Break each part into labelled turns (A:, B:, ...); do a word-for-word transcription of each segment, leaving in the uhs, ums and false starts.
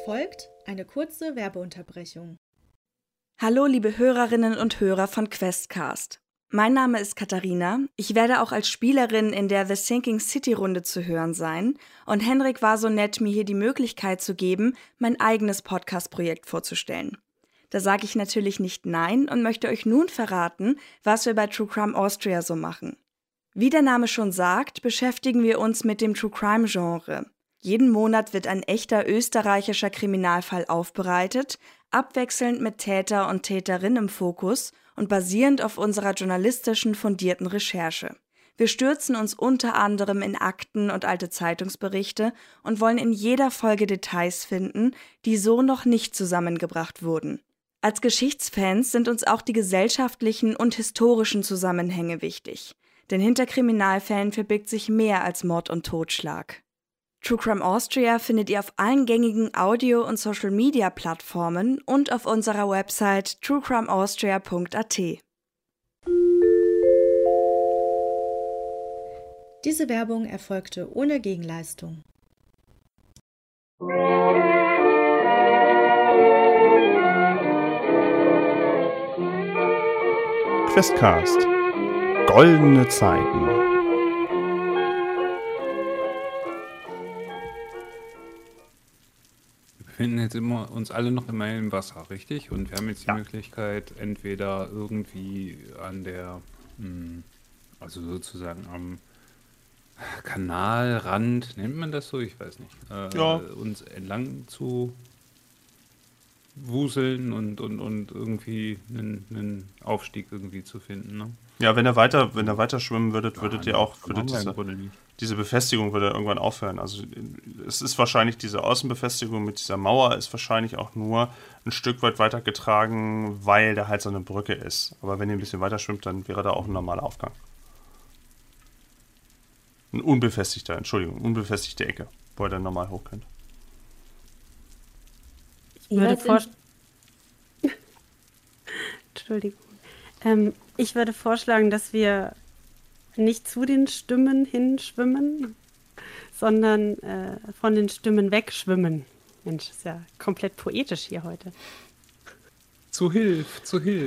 A: folgt eine kurze Werbeunterbrechung.
B: Hallo liebe Hörerinnen und Hörer von Questcast. Mein Name ist Katharina. Ich werde auch als Spielerin in der The Sinking City Runde zu hören sein. Und Henrik war so nett, mir hier die Möglichkeit zu geben, mein eigenes Podcast-Projekt vorzustellen. Da sage ich natürlich nicht nein und möchte euch nun verraten, was wir bei True Crime Austria so machen. Wie der Name schon sagt, beschäftigen wir uns mit dem True Crime Genre. Jeden Monat wird ein echter österreichischer Kriminalfall aufbereitet, abwechselnd mit Täter und Täterin im Fokus und basierend auf unserer journalistischen fundierten Recherche. Wir stürzen uns unter anderem in Akten und alte Zeitungsberichte und wollen in jeder Folge Details finden, die so noch nicht zusammengebracht wurden. Als Geschichtsfans sind uns auch die gesellschaftlichen und historischen Zusammenhänge wichtig, denn hinter Kriminalfällen verbirgt sich mehr als Mord und Totschlag. True Crime Austria findet ihr auf allen gängigen Audio- und Social-Media-Plattformen und auf unserer Website true crime austria punkt a t.
A: Diese Werbung erfolgte ohne Gegenleistung.
C: Questcast. Goldene Zeiten.
D: Wir befinden jetzt immer uns alle noch immer im Wasser, richtig? Und wir haben jetzt die
C: Ja.
D: Möglichkeit, entweder irgendwie an der, hm, also sozusagen am Kanalrand, nennt man das so? Ich weiß nicht. Äh,
C: Ja.
D: Uns entlang zu wuseln und, und, und irgendwie einen, einen Aufstieg irgendwie zu finden, ne?
C: Ja, wenn er weiter, wenn er weiter schwimmen würdet, würdet ihr
D: Ja,
C: auch,
D: kann
C: würdet
D: man ja im
C: diese,
D: Grunde nicht.
C: diese Befestigung würde irgendwann aufhören. Also es ist wahrscheinlich, diese Außenbefestigung mit dieser Mauer ist wahrscheinlich auch nur ein Stück weit weitergetragen, weil da halt so eine Brücke ist. Aber wenn ihr ein bisschen weiter schwimmt, dann wäre da auch ein normaler Aufgang. Ein unbefestigter, Entschuldigung, unbefestigte Ecke, wo ihr dann normal hoch könnt.
E: Ich würde vorsch- Entschuldigung. Ähm, ich würde vorschlagen, dass wir nicht zu den Stimmen hinschwimmen, sondern äh, von den Stimmen wegschwimmen. Mensch, ist ja komplett poetisch hier heute.
D: Zu Hilf, zu Hilf.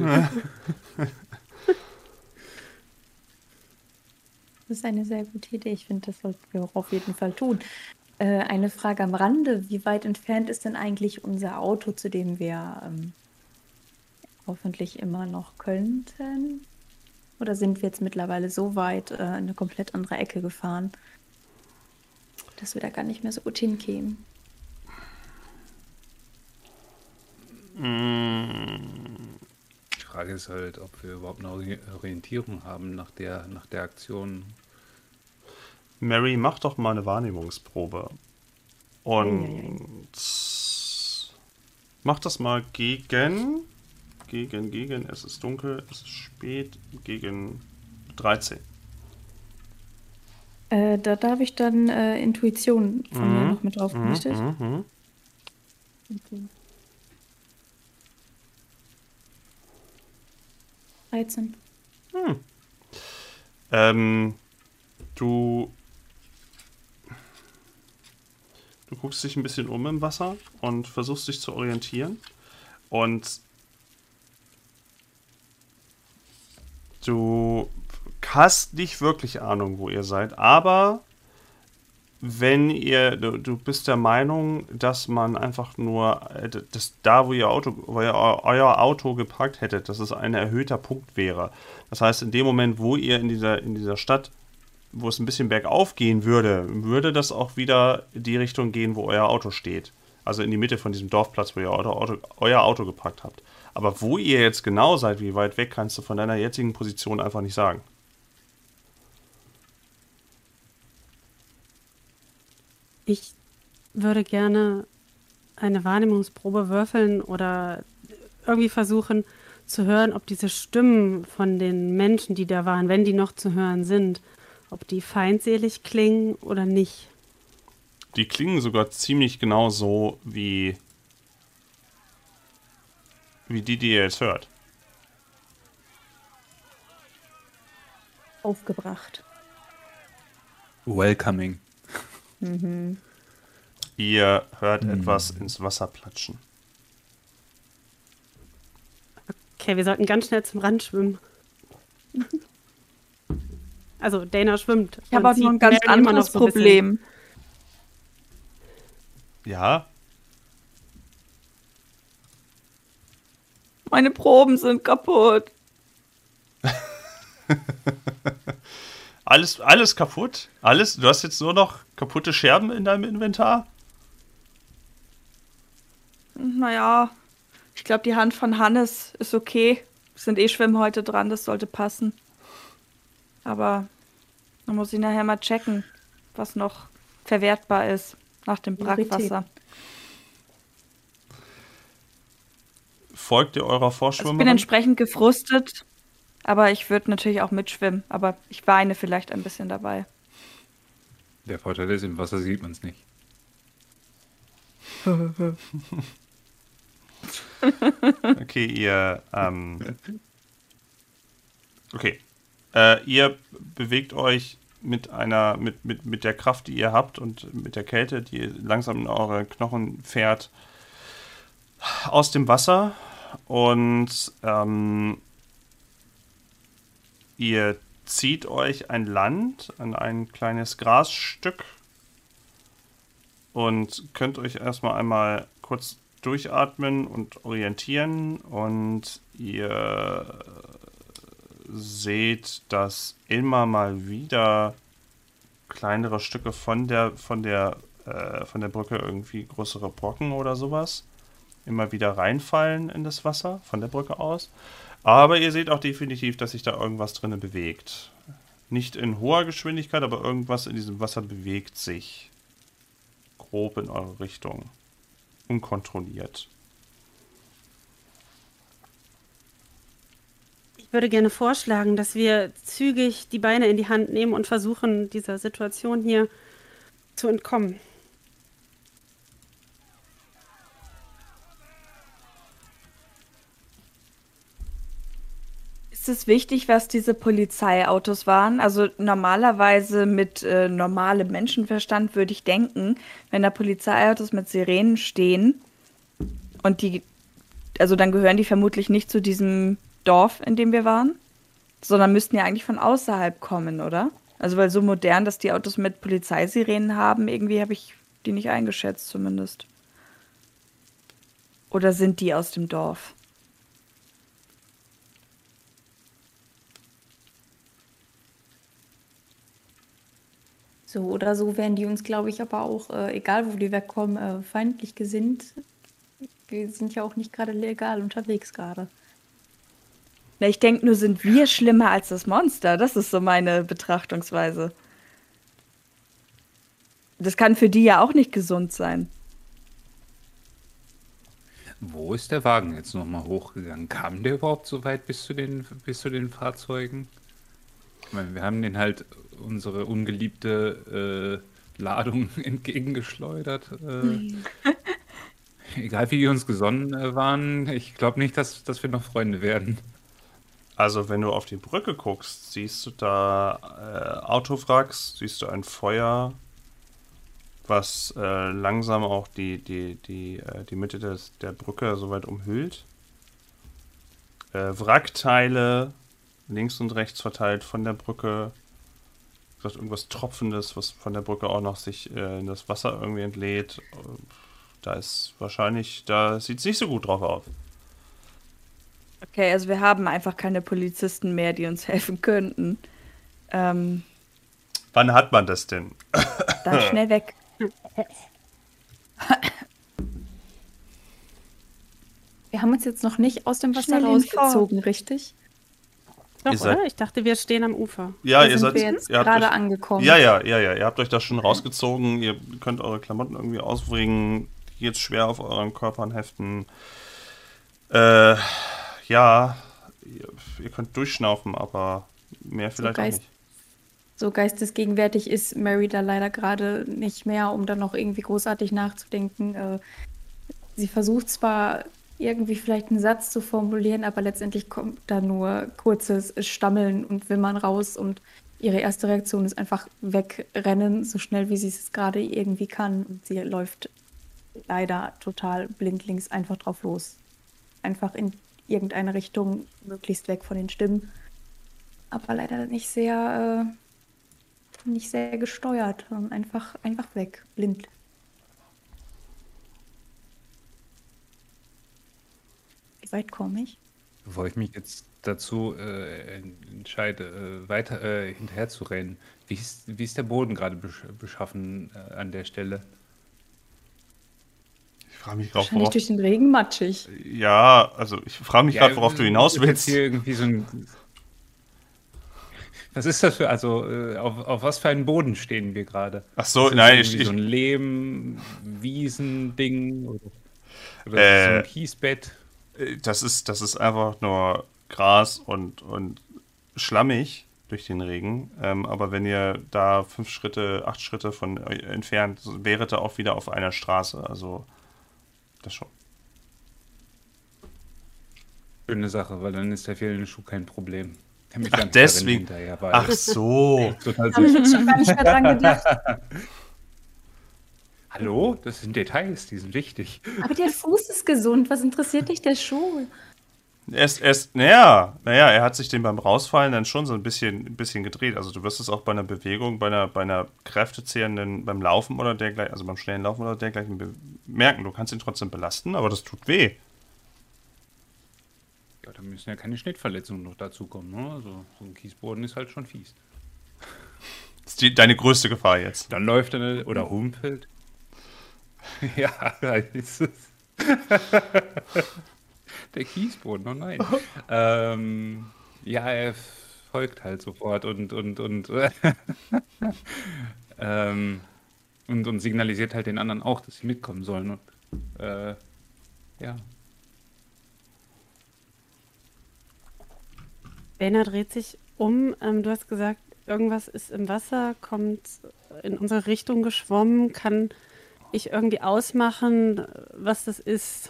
F: Das ist eine sehr gute Idee. Ich finde, das sollten wir auch auf jeden Fall tun. Äh, eine Frage am Rande. Wie weit entfernt ist denn eigentlich unser Auto, zu dem wir ähm, hoffentlich immer noch könnten? Oder sind wir jetzt mittlerweile so weit äh, in eine komplett andere Ecke gefahren, dass wir da gar nicht mehr so gut hinkämen?
D: Die Frage ist halt, ob wir überhaupt eine Ori- Orientierung haben nach der, nach der Aktion.
C: Mary, mach doch mal eine Wahrnehmungsprobe. Und
F: Eieiei.
C: mach das mal gegen, gegen, gegen, es ist dunkel, es ist spät, gegen dreizehn.
F: Äh, da darf ich dann äh, Intuition von mir
C: Mhm.
F: noch mit drauf,
C: Mhm,
F: richtig?
C: mhm, mhm.
F: Okay. dreizehn.
C: Hm. Ähm, du, du guckst dich ein bisschen um im Wasser und versuchst dich zu orientieren. Und du hast nicht wirklich Ahnung, wo ihr seid, aber wenn ihr, du, du bist der Meinung, dass man einfach nur, äh, dass da, wo ihr Auto, wo ihr eu- euer Auto geparkt hättet, dass es ein erhöhter Punkt wäre. Das heißt, in dem Moment, wo ihr in dieser, in dieser Stadt, wo es ein bisschen bergauf gehen würde, würde das auch wieder in die Richtung gehen, wo euer Auto steht. Also in die Mitte von diesem Dorfplatz, wo ihr Auto, Auto, euer Auto geparkt habt. Aber wo ihr jetzt genau seid, wie weit weg, kannst du von deiner jetzigen Position einfach nicht sagen.
E: Ich würde gerne eine Wahrnehmungsprobe würfeln oder irgendwie versuchen zu hören, ob diese Stimmen von den Menschen, die da waren, wenn die noch zu hören sind, ob die feindselig klingen oder nicht.
C: Die klingen sogar ziemlich genau so wie, wie die, die ihr jetzt hört.
F: Aufgebracht.
D: Welcoming.
F: Mhm.
C: Ihr hört
D: Hm.
C: etwas ins Wasser platschen.
E: Okay, wir sollten ganz schnell zum Rand schwimmen. Also Dana schwimmt.
B: Ich habe
E: und
B: auch noch ein
E: sieht
B: ganz
E: Mary immer
B: anderes
E: noch so ein bisschen-
B: Problem.
C: Ja,
B: Meine Proben sind kaputt.
C: alles, alles kaputt. Alles. Du hast jetzt nur noch kaputte Scherben in deinem Inventar.
B: Naja, ich glaube, die Hand von Hannes ist okay. Es sind eh Schwimmhäute dran, das sollte passen. Aber dann muss ich nachher mal checken, was noch verwertbar ist nach dem
F: Priorität.
B: Brackwasser.
C: Folgt ihr eurer
B: Also ich bin
C: Vorschwimmerin?
B: entsprechend gefrustet, aber ich würde natürlich auch mitschwimmen. Aber ich weine vielleicht ein bisschen dabei.
D: Der Vorteil ist, im Wasser sieht man es nicht.
C: Okay, ihr, ähm, okay. Äh, ihr bewegt euch mit einer, mit, mit, mit der Kraft, die ihr habt und mit der Kälte, die langsam in eure Knochen fährt, aus dem Wasser und ähm, ihr zieht euch ein Land an ein kleines Grasstück und könnt euch erstmal einmal kurz durchatmen und orientieren und ihr seht, dass immer mal wieder kleinere Stücke von der von der äh, von der Brücke, irgendwie größere Brocken oder sowas, immer wieder reinfallen in das Wasser von der Brücke aus. Aber ihr seht auch definitiv, dass sich da irgendwas drinnen bewegt. Nicht in hoher Geschwindigkeit, aber irgendwas in diesem Wasser bewegt sich grob in eure Richtung. Unkontrolliert.
E: Ich würde gerne vorschlagen, dass wir zügig die Beine in die Hand nehmen und versuchen, dieser Situation hier zu entkommen.
B: Ist es wichtig, was diese Polizeiautos waren? Also normalerweise mit äh, normalem Menschenverstand würde ich denken, wenn da Polizeiautos mit Sirenen stehen und die, also dann gehören die vermutlich nicht zu diesem Dorf, in dem wir waren, sondern müssten ja eigentlich von außerhalb kommen, oder? Also weil so modern, dass die Autos mit Polizeisirenen haben, irgendwie habe ich die nicht eingeschätzt zumindest. Oder sind die aus dem Dorf?
F: So oder so wären die uns, glaube ich, aber auch, äh, egal wo die wegkommen, äh, feindlich gesinnt. Wir sind ja auch nicht gerade legal unterwegs gerade.
B: Na, ich denke nur, sind wir schlimmer als das Monster? Das ist so meine Betrachtungsweise. Das kann für die ja auch nicht gesund sein.
D: Wo ist der Wagen jetzt nochmal hochgegangen? Kam der überhaupt so weit bis zu den, bis zu den Fahrzeugen? Ich meine, wir haben den halt unsere ungeliebte äh, Ladung entgegengeschleudert. Äh, egal wie wir uns gesonnen äh, waren, ich glaube nicht, dass, dass wir noch Freunde werden.
C: Also wenn du auf die Brücke guckst, siehst du da äh, Autowracks, siehst du ein Feuer, was äh, langsam auch die, die, die, äh, die Mitte des, der Brücke soweit umhüllt. Äh, Wrackteile links und rechts verteilt von der Brücke. Wie gesagt, irgendwas Tropfendes, was von der Brücke auch noch sich äh, in das Wasser irgendwie entlädt. Äh, Da ist wahrscheinlich, da sieht es nicht so gut drauf aus.
B: Okay, also wir haben einfach keine Polizisten mehr, die uns helfen könnten. Ähm,
C: Wann hat man das denn?
B: dann schnell weg.
F: Wir haben uns jetzt noch nicht aus dem Wasser
B: Schnell
F: rausgezogen, richtig?
E: Doch,
C: Ihr seid-
E: oder? Ich dachte, wir stehen am Ufer.
C: Ja,
F: Da
C: ihr
F: sind
C: seid
F: wir jetzt
C: ihr habt
F: gerade
C: euch,
F: angekommen.
C: Ja, ja, ja, ja. Ihr habt euch das schon rausgezogen. Ihr könnt eure Klamotten irgendwie ausbringen, die jetzt schwer auf euren Körpern heften. Äh, ja, ihr, ihr könnt durchschnaufen, aber mehr vielleicht auch
F: Geist-
C: nicht.
F: So geistesgegenwärtig ist Mary da leider gerade nicht mehr, um dann noch irgendwie großartig nachzudenken. Äh, sie versucht zwar irgendwie vielleicht einen Satz zu formulieren, aber letztendlich kommt da nur kurzes Stammeln und Wimmern raus und ihre erste Reaktion ist einfach wegrennen, so schnell wie sie es gerade irgendwie kann. Und sie läuft leider total blindlings einfach drauf los. Einfach in irgendeine Richtung, möglichst weg von den Stimmen. Aber leider nicht sehr, äh, nicht sehr gesteuert, sondern einfach, einfach weg, blind. Wie weit komme ich?
D: Bevor ich mich jetzt dazu äh, entscheide, äh, weiter äh, hinterher zu rennen, wie ist, wie ist der Boden gerade besch beschaffen äh, an der Stelle?
C: Ich frage mich gerade,
F: Wahrscheinlich
C: worauf.
F: durch den Regen matschig.
C: Ja, also ich frage mich gerade, worauf du hinaus
D: ist jetzt
C: willst.
D: hier irgendwie so ein. Was ist das für, also äh, auf, auf was für einen Boden stehen wir gerade?
C: Ach so,
D: Ist das
C: nein,
D: irgendwie
C: ich,
D: so ein
C: ich,
D: Lehm, Wiesen-Ding oder, oder
C: Äh,
D: so ein Kiesbett?
C: das ist, das ist einfach nur Gras und, und schlammig durch den Regen. Ähm, aber wenn ihr da fünf Schritte, acht Schritte von euch entfernt, wäret ihr auch wieder auf einer Straße. Also das schon.
D: Schöne Sache, weil dann ist der fehlende Schuh kein Problem. Kann mich
C: Ach,
D: dann
C: deswegen.
D: hinterher, weil
C: Ach so.
D: total
F: Habe ich
D: süß.
F: jetzt schon gar nicht mehr dran gedacht.
D: Hallo, das sind Details, die sind wichtig.
F: Aber der Fuß ist gesund. Was interessiert dich der Schuh?
C: Er ist, er ist, naja, naja, er hat sich den beim Rausfallen dann schon so ein bisschen, ein bisschen gedreht. Also du wirst es auch bei einer Bewegung, bei einer, bei einer kräftezehrenden, beim Laufen oder dergleichen, also beim schnellen Laufen oder dergleichen merken. Du kannst ihn trotzdem belasten, aber das tut weh.
D: Ja, da müssen ja keine Schnittverletzungen noch dazukommen. Ne? Also so ein Kiesboden ist halt schon fies.
C: Das ist die, deine größte Gefahr jetzt.
D: Dann läuft er oder humpelt. Ja, da ist es. Der Kiesboden, oh nein. ähm, ja, er folgt halt sofort und und und, ähm, und und signalisiert halt den anderen auch, dass sie mitkommen sollen. Und, äh, ja.
E: Bena dreht sich um. Ähm, du hast gesagt, irgendwas ist im Wasser, kommt in unsere Richtung geschwommen. Kann ich irgendwie ausmachen, was das ist?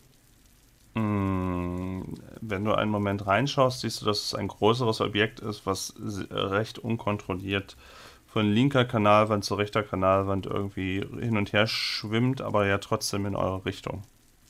C: Mm, Wenn du einen Moment reinschaust, siehst du, dass es ein größeres Objekt ist, was s- recht unkontrolliert von linker Kanalwand zu rechter Kanalwand irgendwie hin und her schwimmt, aber ja trotzdem in eure Richtung.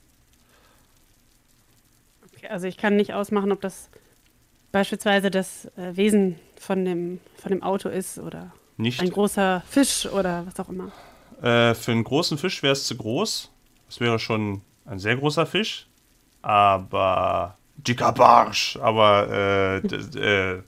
E: Okay, also ich kann nicht ausmachen, ob das beispielsweise das äh, Wesen von dem, von dem Auto ist oder
C: Nicht,
E: ein großer Fisch oder was auch immer.
C: äh, für einen großen Fisch wäre es zu groß. Es wäre schon ein sehr großer Fisch, aber dicker Barsch. Aber äh, d- äh,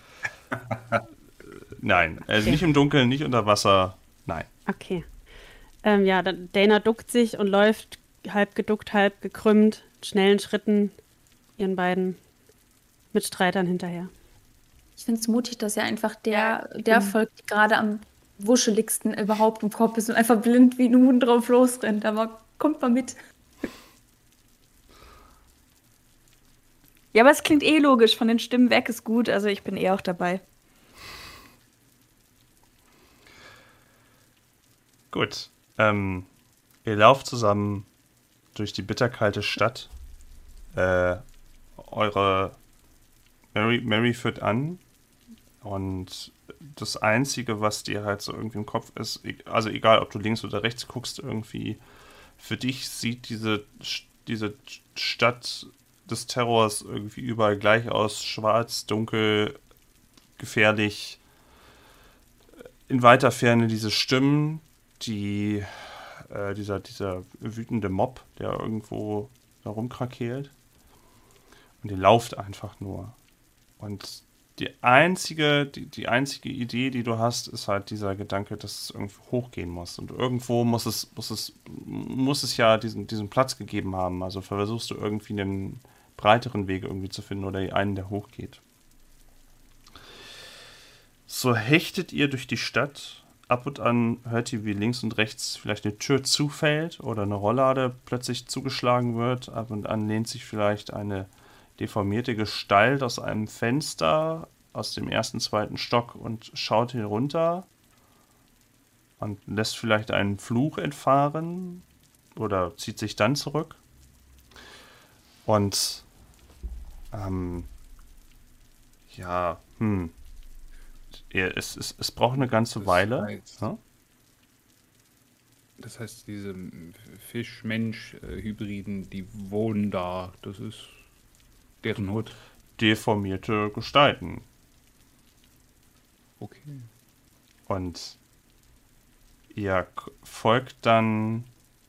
C: nein, also
E: Okay.
C: nicht im Dunkeln, nicht unter Wasser. Nein.
E: Okay. Ähm, ja, dann Dana duckt sich und läuft halb geduckt, halb gekrümmt, schnellen Schritten ihren beiden Mitstreitern hinterher.
F: Ich finde es mutig, dass er einfach der, der folgt, die gerade am wuscheligsten überhaupt im Kopf ist und einfach blind wie ein Huhn drauf losrennt. Aber kommt mal mit.
B: Ja, aber es klingt eh logisch. Von den Stimmen weg ist gut. Also ich bin eh auch dabei.
C: Gut. Ähm, ihr lauft zusammen durch die bitterkalte Stadt. Äh, eure Mary, Mary führt an. Und das Einzige, was dir halt so irgendwie im Kopf ist, e- also egal, ob du links oder rechts guckst, irgendwie, für dich sieht diese, Sch- diese Stadt des Terrors irgendwie überall gleich aus. Schwarz, dunkel, gefährlich. In weiter Ferne diese Stimmen, die, äh, dieser, dieser wütende Mob, der irgendwo da rumkrakeelt. Und ihr lauft einfach nur. Und die einzige, die, die einzige Idee, die du hast, ist halt dieser Gedanke, dass es irgendwo hochgehen muss. Und irgendwo muss es, muss es, muss es ja diesen, diesen Platz gegeben haben. Also versuchst du irgendwie einen breiteren Weg irgendwie zu finden oder einen, der hochgeht. So hechtet ihr durch die Stadt. Ab und an hört ihr, wie links und rechts vielleicht eine Tür zufällt oder eine Rolllade plötzlich zugeschlagen wird. Ab und an lehnt sich vielleicht eine deformierte Gestalt aus einem Fenster aus dem ersten, zweiten Stock und schaut hinunter und lässt vielleicht einen Fluch entfahren oder zieht sich dann zurück. Und ähm, ja, hm. Ja, es, es, es braucht eine ganze
D: Das
C: Weile.
D: heißt,
C: Ja?
D: das heißt, diese Fisch-Mensch-Hybriden, die wohnen da. Das ist deren Hut.
C: Deformierte Gestalten.
D: Okay.
C: Und ihr k- folgt dann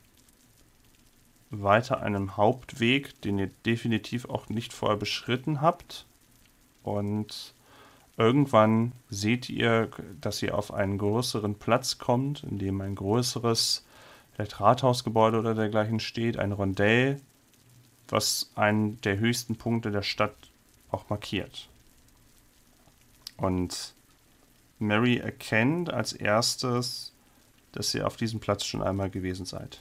C: weiter einem Hauptweg, den ihr definitiv auch nicht vorher beschritten habt. Und irgendwann seht ihr, dass ihr auf einen größeren Platz kommt, in dem ein größeres, vielleicht Rathausgebäude oder dergleichen steht, ein Rondell, was einen der höchsten Punkte der Stadt auch markiert. Und Mary erkennt als erstes, dass ihr auf diesem Platz schon einmal gewesen seid.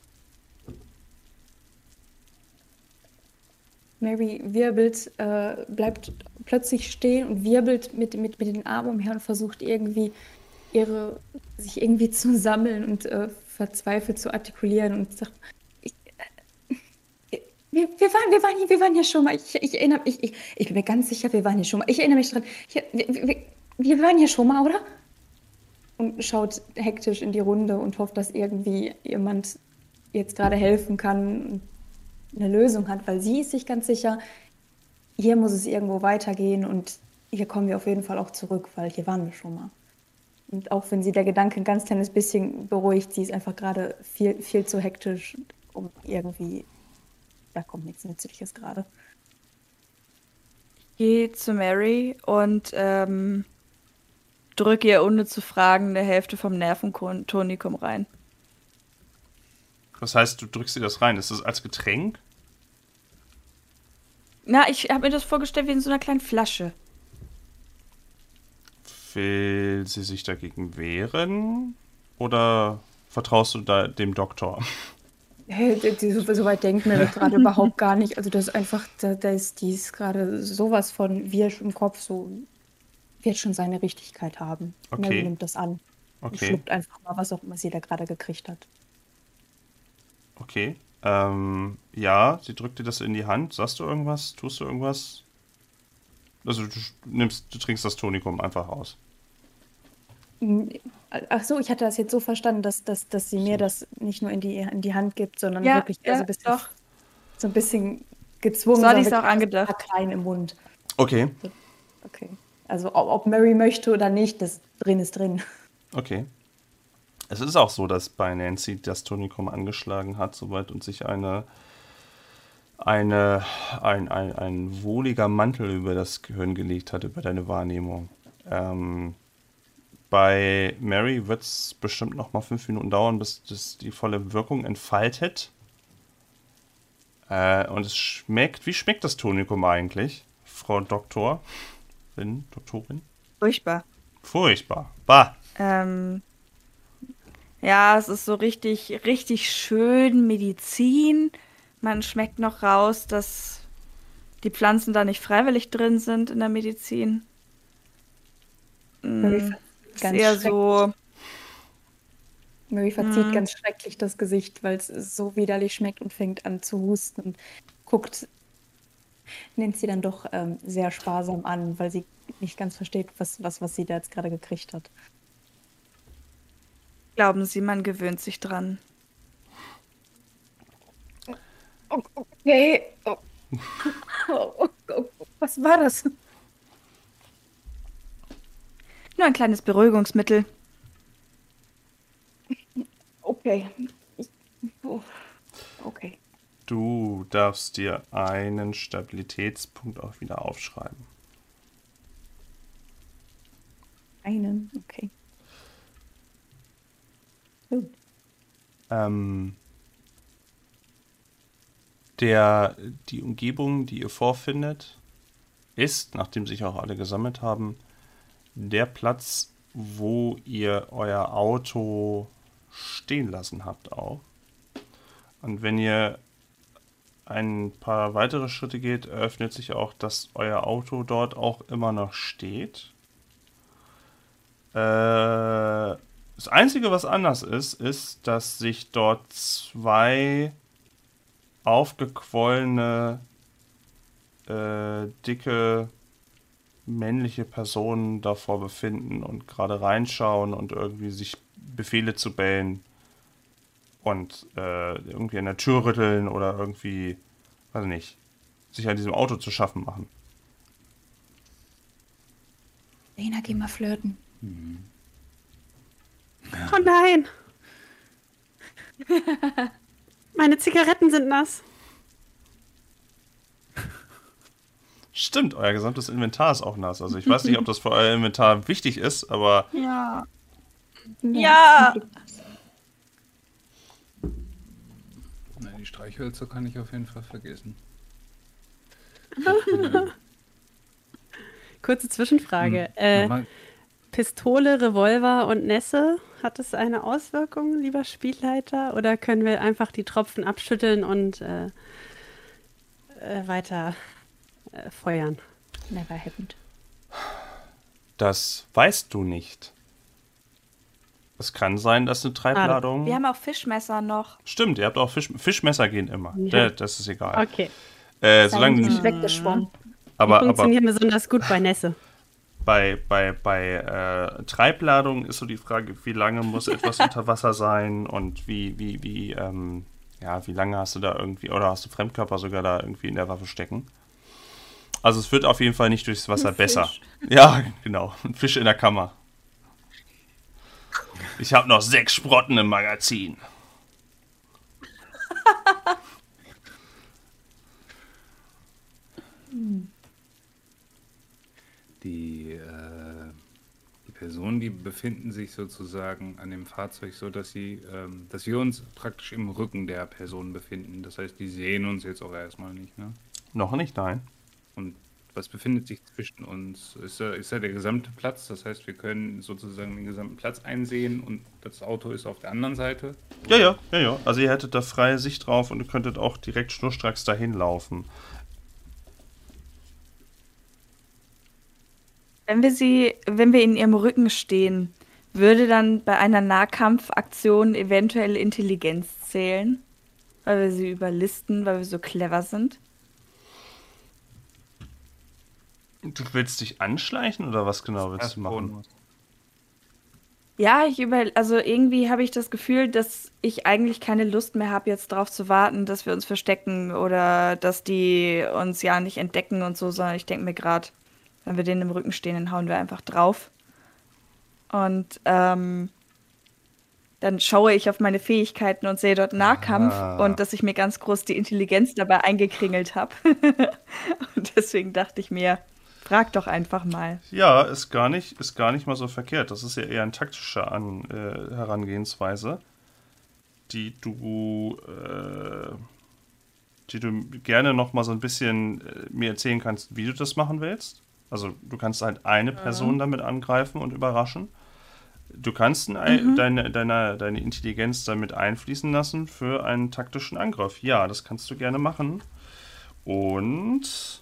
F: Mary wirbelt, äh, bleibt plötzlich stehen und wirbelt mit, mit, mit den Armen umher und versucht irgendwie ihre, sich irgendwie zu sammeln und äh, verzweifelt zu artikulieren und sagt, ich, äh, wir, wir, waren, wir, waren hier, wir waren hier schon mal. Ich, ich erinnere mich, ich, ich bin mir ganz sicher, wir waren hier schon mal. Ich erinnere mich dran. Ich, wir, wir, wir waren hier schon mal, oder? Und schaut hektisch in die Runde und hofft, dass irgendwie jemand jetzt gerade helfen kann und eine Lösung hat, weil sie ist sich ganz sicher, hier muss es irgendwo weitergehen und hier kommen wir auf jeden Fall auch zurück, weil hier waren wir schon mal. Und auch wenn sie der Gedanke ein ganz kleines bisschen beruhigt, sie ist einfach gerade viel, viel zu hektisch, um irgendwie, da kommt nichts Nützliches gerade.
B: Geh zu Mary und ähm, drück ihr ohne zu fragen eine Hälfte vom Nerventonikum rein.
C: Das heißt, du drückst dir das rein. Ist das als Getränk?
B: Na, ich habe mir das vorgestellt wie in so einer kleinen Flasche.
C: Will sie sich dagegen wehren? Oder vertraust du da dem Doktor?
F: Hey, die, die, so so weit denkt mir das gerade überhaupt gar nicht. Also das ist einfach, da, da ist, die ist gerade sowas von Wirsch im Kopf, so wird schon seine Richtigkeit haben. Mary
C: Okay.
F: nimmt das an und
C: Okay,
F: schluckt einfach mal, was auch immer sie da gerade gekriegt hat.
C: okay. Ähm, ja, sie drückt dir das in die Hand. Sagst du irgendwas? Tust du irgendwas? Also du sch- nimmst, du trinkst das Tonikum einfach aus.
F: Mm, Ach so, ich hatte das jetzt so verstanden, dass, dass, dass sie mir das nicht nur in die, in die Hand gibt, sondern
B: Ja,
F: wirklich eher so
B: ja,
F: ein bisschen,
B: doch.
F: so ein bisschen gezwungen,
B: So hatte
F: sondern
B: ich's auch
F: wirklich
B: angedacht.
F: etwas klein im Mund.
C: Okay,
F: Okay. Also ob, ob Mary möchte oder nicht, das drin ist drin.
C: okay. Es ist auch so, dass bei Nancy das Tonikum angeschlagen hat, soweit und sich eine, eine, ein, ein, ein wohliger Mantel über das Gehirn gelegt hat, über deine Wahrnehmung. Ähm, bei Mary wird es bestimmt noch mal fünf Minuten dauern, bis das die volle Wirkung entfaltet. Äh, und es schmeckt, wie schmeckt das Tonikum eigentlich, Frau Doktorin? Doktorin?
B: Furchtbar.
C: Furchtbar. Bah.
B: Ähm, ja, es ist so richtig, richtig schön Medizin. Man schmeckt noch raus, dass die Pflanzen da nicht freiwillig drin sind in der Medizin.
F: Mary
B: Mm,
F: verzieht
B: ist
F: ganz
B: eher
F: schrecklich.
B: so,
F: Mary verzieht
B: mm,
F: ganz schrecklich das Gesicht, weil es so widerlich schmeckt und fängt an zu husten und guckt, nimmt sie dann doch ähm, sehr sparsam an, weil sie nicht ganz versteht, was, was, was sie da jetzt gerade gekriegt hat.
B: glauben Sie, man gewöhnt sich dran.
F: Okay. Oh. Oh, oh, oh. Was war das?
B: Nur ein kleines Beruhigungsmittel.
F: Okay. Ich, oh. Okay.
C: Du darfst dir einen Stabilitätspunkt auch wieder aufschreiben.
F: Einen. Okay. Gut.
C: Ähm, der, die Umgebung, die ihr vorfindet, ist, nachdem sich auch alle gesammelt haben, der Platz, wo ihr euer Auto stehen lassen habt auch. Und wenn ihr ein paar weitere Schritte geht, eröffnet sich auch, dass euer Auto dort auch immer noch steht. Äh, das Einzige, was anders ist, ist, dass sich dort zwei aufgequollene, äh, dicke männliche Personen davor befinden und gerade reinschauen und irgendwie sich Befehle zu bellen und äh, irgendwie an der Tür rütteln oder irgendwie, weiß ich nicht, sich an diesem Auto zu schaffen machen.
F: Lena, geh mal flirten.
E: Oh nein! Meine Zigaretten sind nass.
C: Stimmt, euer gesamtes Inventar ist auch nass. Also ich weiß nicht, ob das für euer Inventar wichtig ist, aber
B: Ja.
F: Ja.
B: Ja.
D: Na, die Streichhölzer kann ich auf jeden Fall vergessen.
E: Kurze Zwischenfrage.
D: Hm.
E: Äh,
D: Nochmal-
E: Pistole, Revolver und Nässe, hat es eine Auswirkung, lieber Spielleiter? Oder können wir einfach die Tropfen abschütteln und äh, äh, weiter äh, feuern?
F: Never happened.
C: das weißt du nicht. Es kann sein, dass eine Treibladung...
B: Wir haben auch Fischmesser noch.
C: Stimmt, ihr habt auch Fisch, Fischmesser gehen immer.
E: Ja.
C: Da- Das ist egal.
E: Okay.
C: Äh, solange du
F: Seien
C: nicht...
F: Sie weggeschwommen.
C: Aber,
E: Die
C: aber
E: funktionieren besonders gut bei Nässe.
C: bei, bei, bei äh, Treibladung ist so die Frage, wie lange muss etwas unter Wasser sein und wie, wie, wie, ähm, ja, wie lange hast du da irgendwie, oder hast du Fremdkörper sogar da irgendwie in der Waffe stecken? Also es wird auf jeden Fall nicht durchs Wasser
F: Ein
C: besser.
F: Fisch.
C: Ja, genau. Ein Fisch in der Kammer. Ich habe noch sechs Sprotten im Magazin.
D: Die, äh, die Personen, die befinden sich sozusagen an dem Fahrzeug so, dass sie, ähm, dass wir uns praktisch im Rücken der Person befinden. Das heißt, die sehen uns jetzt auch erstmal nicht, ne?
C: Noch nicht, nein.
D: Und was befindet sich zwischen uns? Ist da, ist da der gesamte Platz? Das heißt, wir können sozusagen den gesamten Platz einsehen und das Auto ist auf der anderen Seite.
C: Ja, ja, ja, ja. Also ihr hättet da freie Sicht drauf und ihr könntet auch direkt schnurstracks dahin laufen.
B: Wenn wir sie, wenn wir in ihrem Rücken stehen, würde dann bei einer Nahkampfaktion eventuell Intelligenz zählen? Weil wir sie überlisten, weil wir so clever sind?
C: Du willst dich anschleichen oder was genau willst du machen?
D: Bonus.
B: Ja, ich über, also irgendwie habe ich das Gefühl, dass ich eigentlich keine Lust mehr habe, jetzt darauf zu warten, dass wir uns verstecken oder dass die uns ja nicht entdecken und so, sondern ich denke mir gerade, wenn wir denen im Rücken stehen, dann hauen wir einfach drauf. Und ähm, dann schaue ich auf meine Fähigkeiten und sehe dort Nahkampf
C: Ah.
B: und dass ich mir ganz groß die Intelligenz dabei eingekringelt habe. Und deswegen dachte ich mir, frag doch einfach mal.
C: Ja, ist gar nicht, ist gar nicht mal so verkehrt. Das ist ja eher eine taktische An äh, Herangehensweise, die du, äh, die du gerne noch mal so ein bisschen äh, mir erzählen kannst, wie du das machen willst. Also du kannst halt eine Person damit angreifen und überraschen. Du kannst ein, deine, deine, deine Intelligenz damit einfließen lassen für einen taktischen Angriff. Ja, das kannst du gerne machen. Und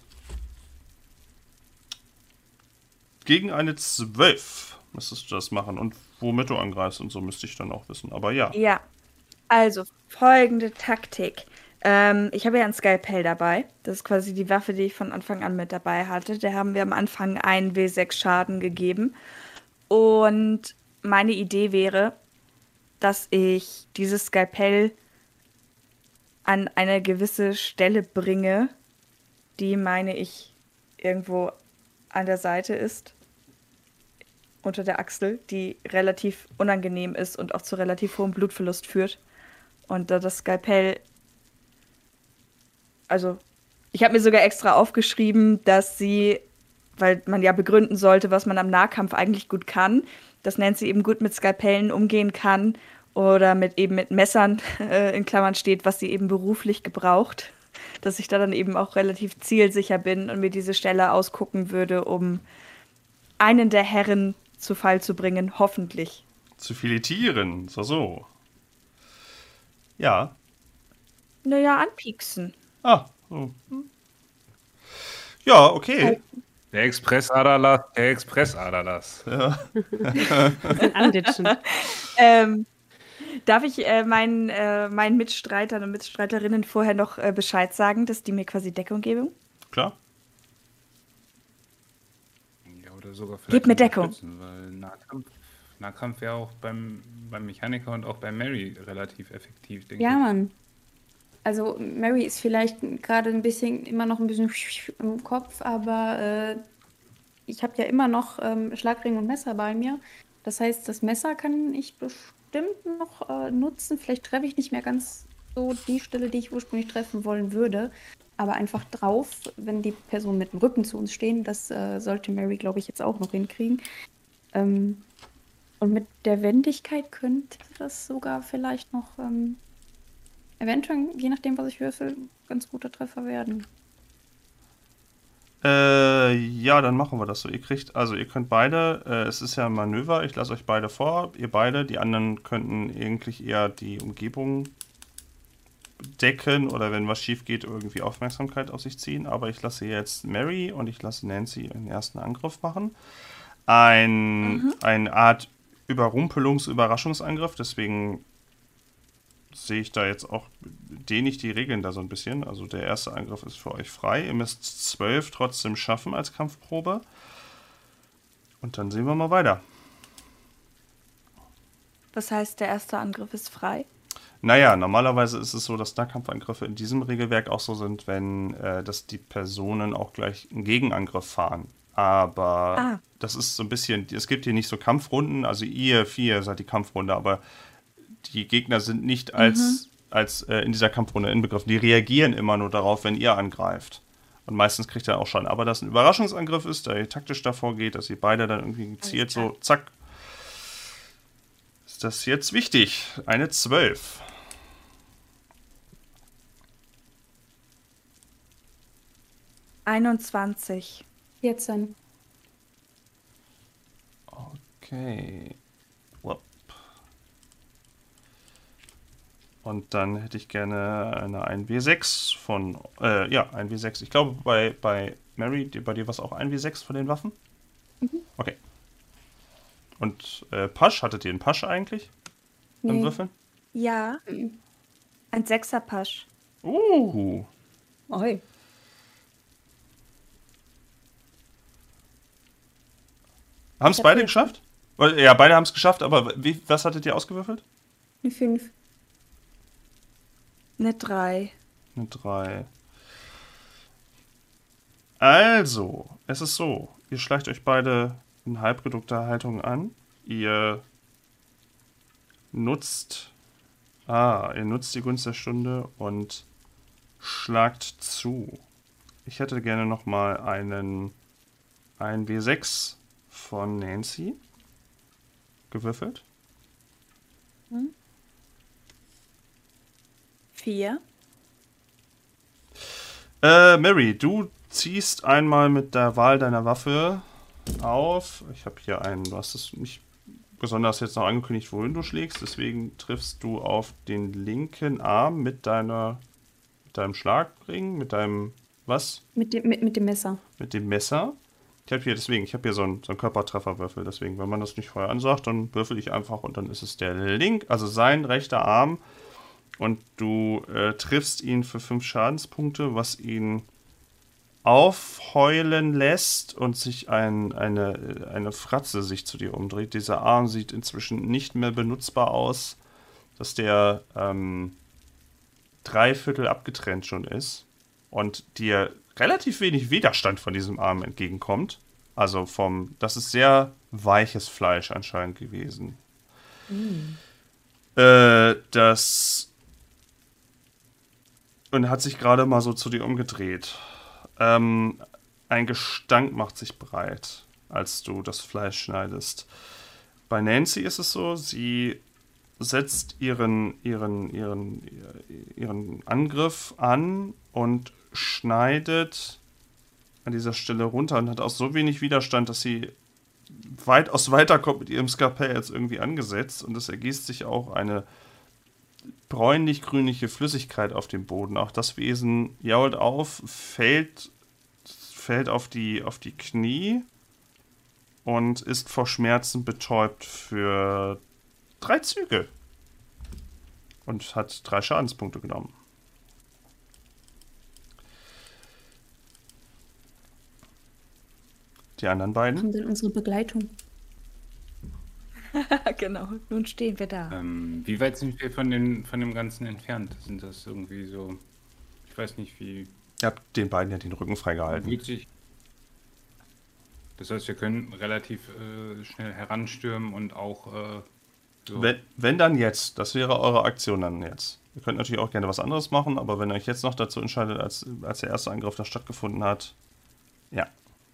C: gegen eine zwölf müsstest du das machen. Und womit du angreifst und so müsste ich dann auch wissen. Aber ja.
B: Ja, also folgende Taktik. Ähm, ich habe ja ein Skalpell dabei. Das ist quasi die Waffe, die ich von Anfang an mit dabei hatte. Der haben wir am Anfang einen W sechs Schaden gegeben. Und meine Idee wäre, dass ich dieses Skalpell an eine gewisse Stelle bringe, die, meine ich, irgendwo an der Seite ist, unter der Achsel, die relativ unangenehm ist und auch zu relativ hohem Blutverlust führt. Und da das Skalpell, also ich habe mir sogar extra aufgeschrieben, dass sie, weil man ja begründen sollte, was man am Nahkampf eigentlich gut kann, dass Nancy eben gut mit Skalpellen umgehen kann oder mit eben mit Messern äh, in Klammern steht, was sie eben beruflich gebraucht, dass ich da dann eben auch relativ zielsicher bin und mir diese Stelle ausgucken würde, um einen der Herren zu Fall zu bringen, hoffentlich.
C: Zu filetieren. So, so. Ja.
B: Naja, anpieksen.
C: Ah. Oh. Ja, okay.
D: Der Express-Aderlass, der Express-Aderlass.
E: Anditschen.
B: Ähm, darf ich äh, meinen, äh, meinen Mitstreitern und Mitstreiterinnen vorher noch äh, Bescheid sagen, dass die mir quasi Deckung geben?
C: Klar.
D: Oder sogar vielleicht
B: Gib mir Deckung.
D: unterstützen, weil Nahkampf, Nahkampf wäre auch beim, beim Mechaniker und auch bei Mary relativ effektiv, denke
F: Ja,
D: ich.
F: Mann. Also Mary ist vielleicht gerade ein bisschen, immer noch ein bisschen im Kopf, aber äh, ich habe ja immer noch ähm, Schlagring und Messer bei mir. Das heißt, das Messer kann ich bestimmt noch äh, nutzen. Vielleicht treffe ich nicht mehr ganz so die Stelle, die ich ursprünglich treffen wollen würde. Aber einfach drauf, wenn die Personen mit dem Rücken zu uns stehen, das äh, sollte Mary, glaube ich, jetzt auch noch hinkriegen. Ähm, und mit der Wendigkeit könnte das sogar vielleicht noch ähm, eventuell, je nachdem, was ich würfel, ein ganz guter Treffer werden.
C: Äh, ja, dann machen wir das so. Ihr kriegt, also ihr könnt beide, äh, es ist ja ein Manöver, ich lasse euch beide vor, ihr beide, die anderen könnten eigentlich eher die Umgebung decken oder wenn was schief geht, irgendwie Aufmerksamkeit auf sich ziehen. Aber ich lasse jetzt Mary und ich lasse Nancy den ersten Angriff machen. Ein,
B: Mhm.
C: Eine Art Überrumpelungs-, Überraschungsangriff, deswegen sehe ich da jetzt auch, dehne ich die Regeln da so ein bisschen. Also der erste Angriff ist für euch frei. Ihr müsst zwölf trotzdem schaffen als Kampfprobe. Und dann sehen wir mal weiter.
B: Das heißt, der erste Angriff ist frei.
C: Naja, normalerweise ist es so, dass Nahkampfangriffe in diesem Regelwerk auch so sind, wenn äh, dass die Personen auch gleich einen Gegenangriff fahren. Aber
B: Ah.
C: das ist so ein bisschen, es gibt hier nicht so Kampfrunden, also ihr vier seid die Kampfrunde, aber die Gegner sind nicht als, als äh, in dieser Kampfrunde inbegriffen. Die reagieren immer nur darauf, wenn ihr angreift. Und meistens kriegt er auch schon. Aber dass ein Überraschungsangriff ist, der ihr taktisch davor geht, dass ihr beide dann irgendwie gezielt so, zack. Ist das jetzt wichtig? Eine zwölf.
B: einundzwanzig.
F: vierzehn.
C: Okay. Wupp. Und dann hätte ich gerne eine ein W sechs von, äh, ja, ein W sechs. Ich glaube, bei, bei Mary, die- bei dir war es auch ein W sechs von den Waffen? Okay. Und äh, Pasch, hattet ihr einen Pasch eigentlich? Beim
F: Nee.
C: Würfeln?
B: Ja,
F: Mhm.
B: ein Sechserpasch.
C: Uh.
F: Oi.
C: Haben es
F: Ich hab
C: beide
F: hier-
C: geschafft? Weil- Ja, beide haben es geschafft, aber wie, was hattet ihr ausgewürfelt?
F: Eine fünf.
B: Eine drei.
C: Eine drei. Also, es ist so, ihr schleicht euch beide in halbredukter Haltung an. Ihr nutzt, ah, ihr nutzt die Gunst der Stunde und schlagt zu. Ich hätte gerne nochmal einen, einen W sechs von Nancy gewürfelt.
B: Vier.
C: Äh, Mary, du ziehst einmal mit der Wahl deiner Waffe auf. Ich habe hier einen, du hast es nicht besonders jetzt noch angekündigt, wohin du schlägst, deswegen triffst du auf den linken Arm mit deiner, mit deinem Schlagring, mit deinem, was?
F: Mit dem, mit, mit dem Messer.
C: Mit dem Messer. Ich habe hier deswegen, ich habe hier so einen, so einen Körpertrefferwürfel, deswegen, wenn man das nicht vorher ansagt, dann würfel ich einfach und dann ist es der link, also sein rechter Arm und du äh, triffst ihn für fünf Schadenspunkte, was ihn aufheulen lässt und sich ein, eine, eine Fratze sich zu dir umdreht. Dieser Arm sieht inzwischen nicht mehr benutzbar aus, dass der ähm, drei Viertel abgetrennt schon ist und dir relativ wenig Widerstand von diesem Arm entgegenkommt. Also vom, das ist sehr weiches Fleisch anscheinend gewesen. Äh, das und hat sich gerade mal so zu dir umgedreht. Ähm, ein Gestank macht sich breit, als du das Fleisch schneidest. Bei Nancy ist es so, sie setzt ihren, ihren, ihren, ihren Angriff an und schneidet an dieser Stelle runter und hat auch so wenig Widerstand, dass sie weitaus weiterkommt mit ihrem Skalpell jetzt irgendwie angesetzt und es ergießt sich auch eine bräunlich-grünliche Flüssigkeit auf dem Boden. Auch das Wesen jault auf, fällt, fällt auf die, auf die Knie und ist vor Schmerzen betäubt für drei Züge. Und hat drei Schadenspunkte genommen. Die anderen beiden?
F: Kommt denn unsere Begleitung?
B: Genau, nun stehen wir da.
D: Ähm, wie weit sind wir von, den, von dem Ganzen entfernt? Sind das irgendwie so, ich weiß nicht, wie
C: Ihr habt den beiden ja den Rücken freigehalten.
D: wird sich. Das heißt, wir können relativ äh, schnell heranstürmen und auch äh, so.
C: Wenn, wenn dann jetzt, das wäre eure Aktion dann jetzt. Ihr könnt natürlich auch gerne was anderes machen, aber wenn ihr euch jetzt noch dazu entscheidet, als, als der erste Angriff da stattgefunden hat, ja.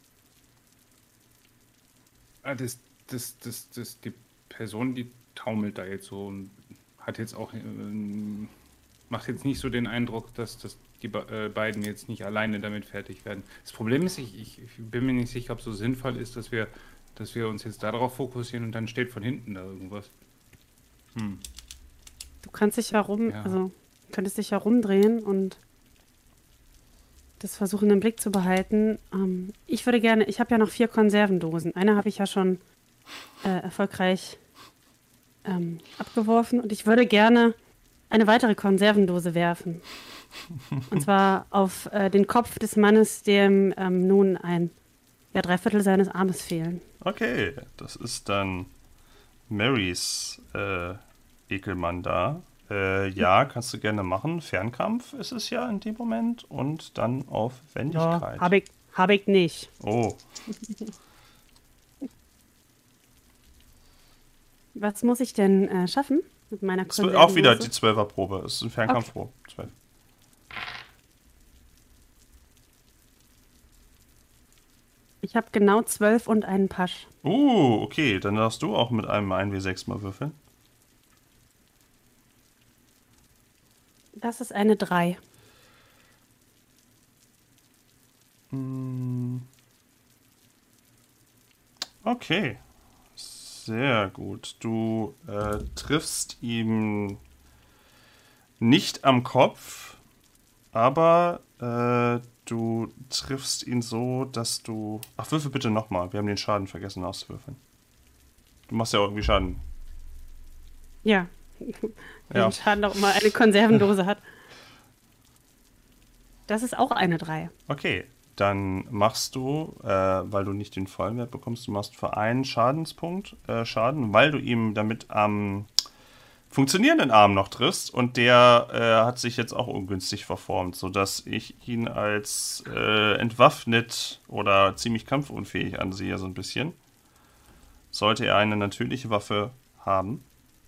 D: Ah, das, das, das, das, die Person, die taumelt da jetzt so und hat jetzt auch, ähm, macht jetzt nicht so den Eindruck, dass, dass die be- äh, beiden jetzt nicht alleine damit fertig werden. Das Problem ist, ich, ich, ich bin mir nicht sicher, ob es so sinnvoll ist, dass wir, dass wir uns jetzt darauf fokussieren und dann steht von hinten da irgendwas. Hm.
E: Du kannst dich herum,
D: Ja.
E: also könntest dich herumdrehen und das versuchen im Blick zu behalten. Ähm, ich würde gerne, ich habe ja noch vier Konservendosen. Eine habe ich ja schon äh, erfolgreich ähm, abgeworfen und ich würde gerne eine weitere Konservendose werfen. Und zwar auf äh, den Kopf des Mannes, dem ähm, nun ein ja, Dreiviertel seines Armes fehlen.
C: Okay, das ist dann Marys äh, Ekelmann da. Äh, ja, kannst du gerne machen. Fernkampf ist es ja in dem Moment. Und dann auf
E: Ja,
C: Wendigkeit.
E: habe ich, hab ich nicht.
C: Oh,
E: Was muss ich denn äh, schaffen mit meiner
C: es wird auch wieder
E: Konservendose?
C: die Zwölferprobe. Es ist ein Fernkampfprobe. Zwölf.
E: Ich habe genau zwölf und einen Pasch.
C: Uh, okay, dann darfst du auch mit einem eins W sechs mal würfeln.
E: Das ist eine drei.
C: Mm. Okay, sehr gut. Du äh, triffst ihm nicht am Kopf, aber äh, du triffst ihn so, dass du... Ach, würfel bitte nochmal. Wir haben den Schaden vergessen auszuwürfeln. Du machst ja auch irgendwie Schaden.
E: Ja.
C: Ja.
E: Wenn Schaden doch immer eine Konservendose hat. Das ist auch eine drei.
C: Okay, dann machst du, äh, weil du nicht den vollen Wert bekommst, du machst für einen Schadenspunkt äh, Schaden, weil du ihm damit am funktionierenden Arm noch triffst und der äh, hat sich jetzt auch ungünstig verformt, sodass ich ihn als äh, entwaffnet oder ziemlich kampfunfähig ansehe, so ein bisschen. Sollte er eine natürliche Waffe haben.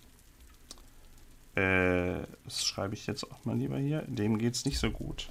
C: Äh, das schreibe ich jetzt auch mal lieber hier. Dem geht's nicht so gut.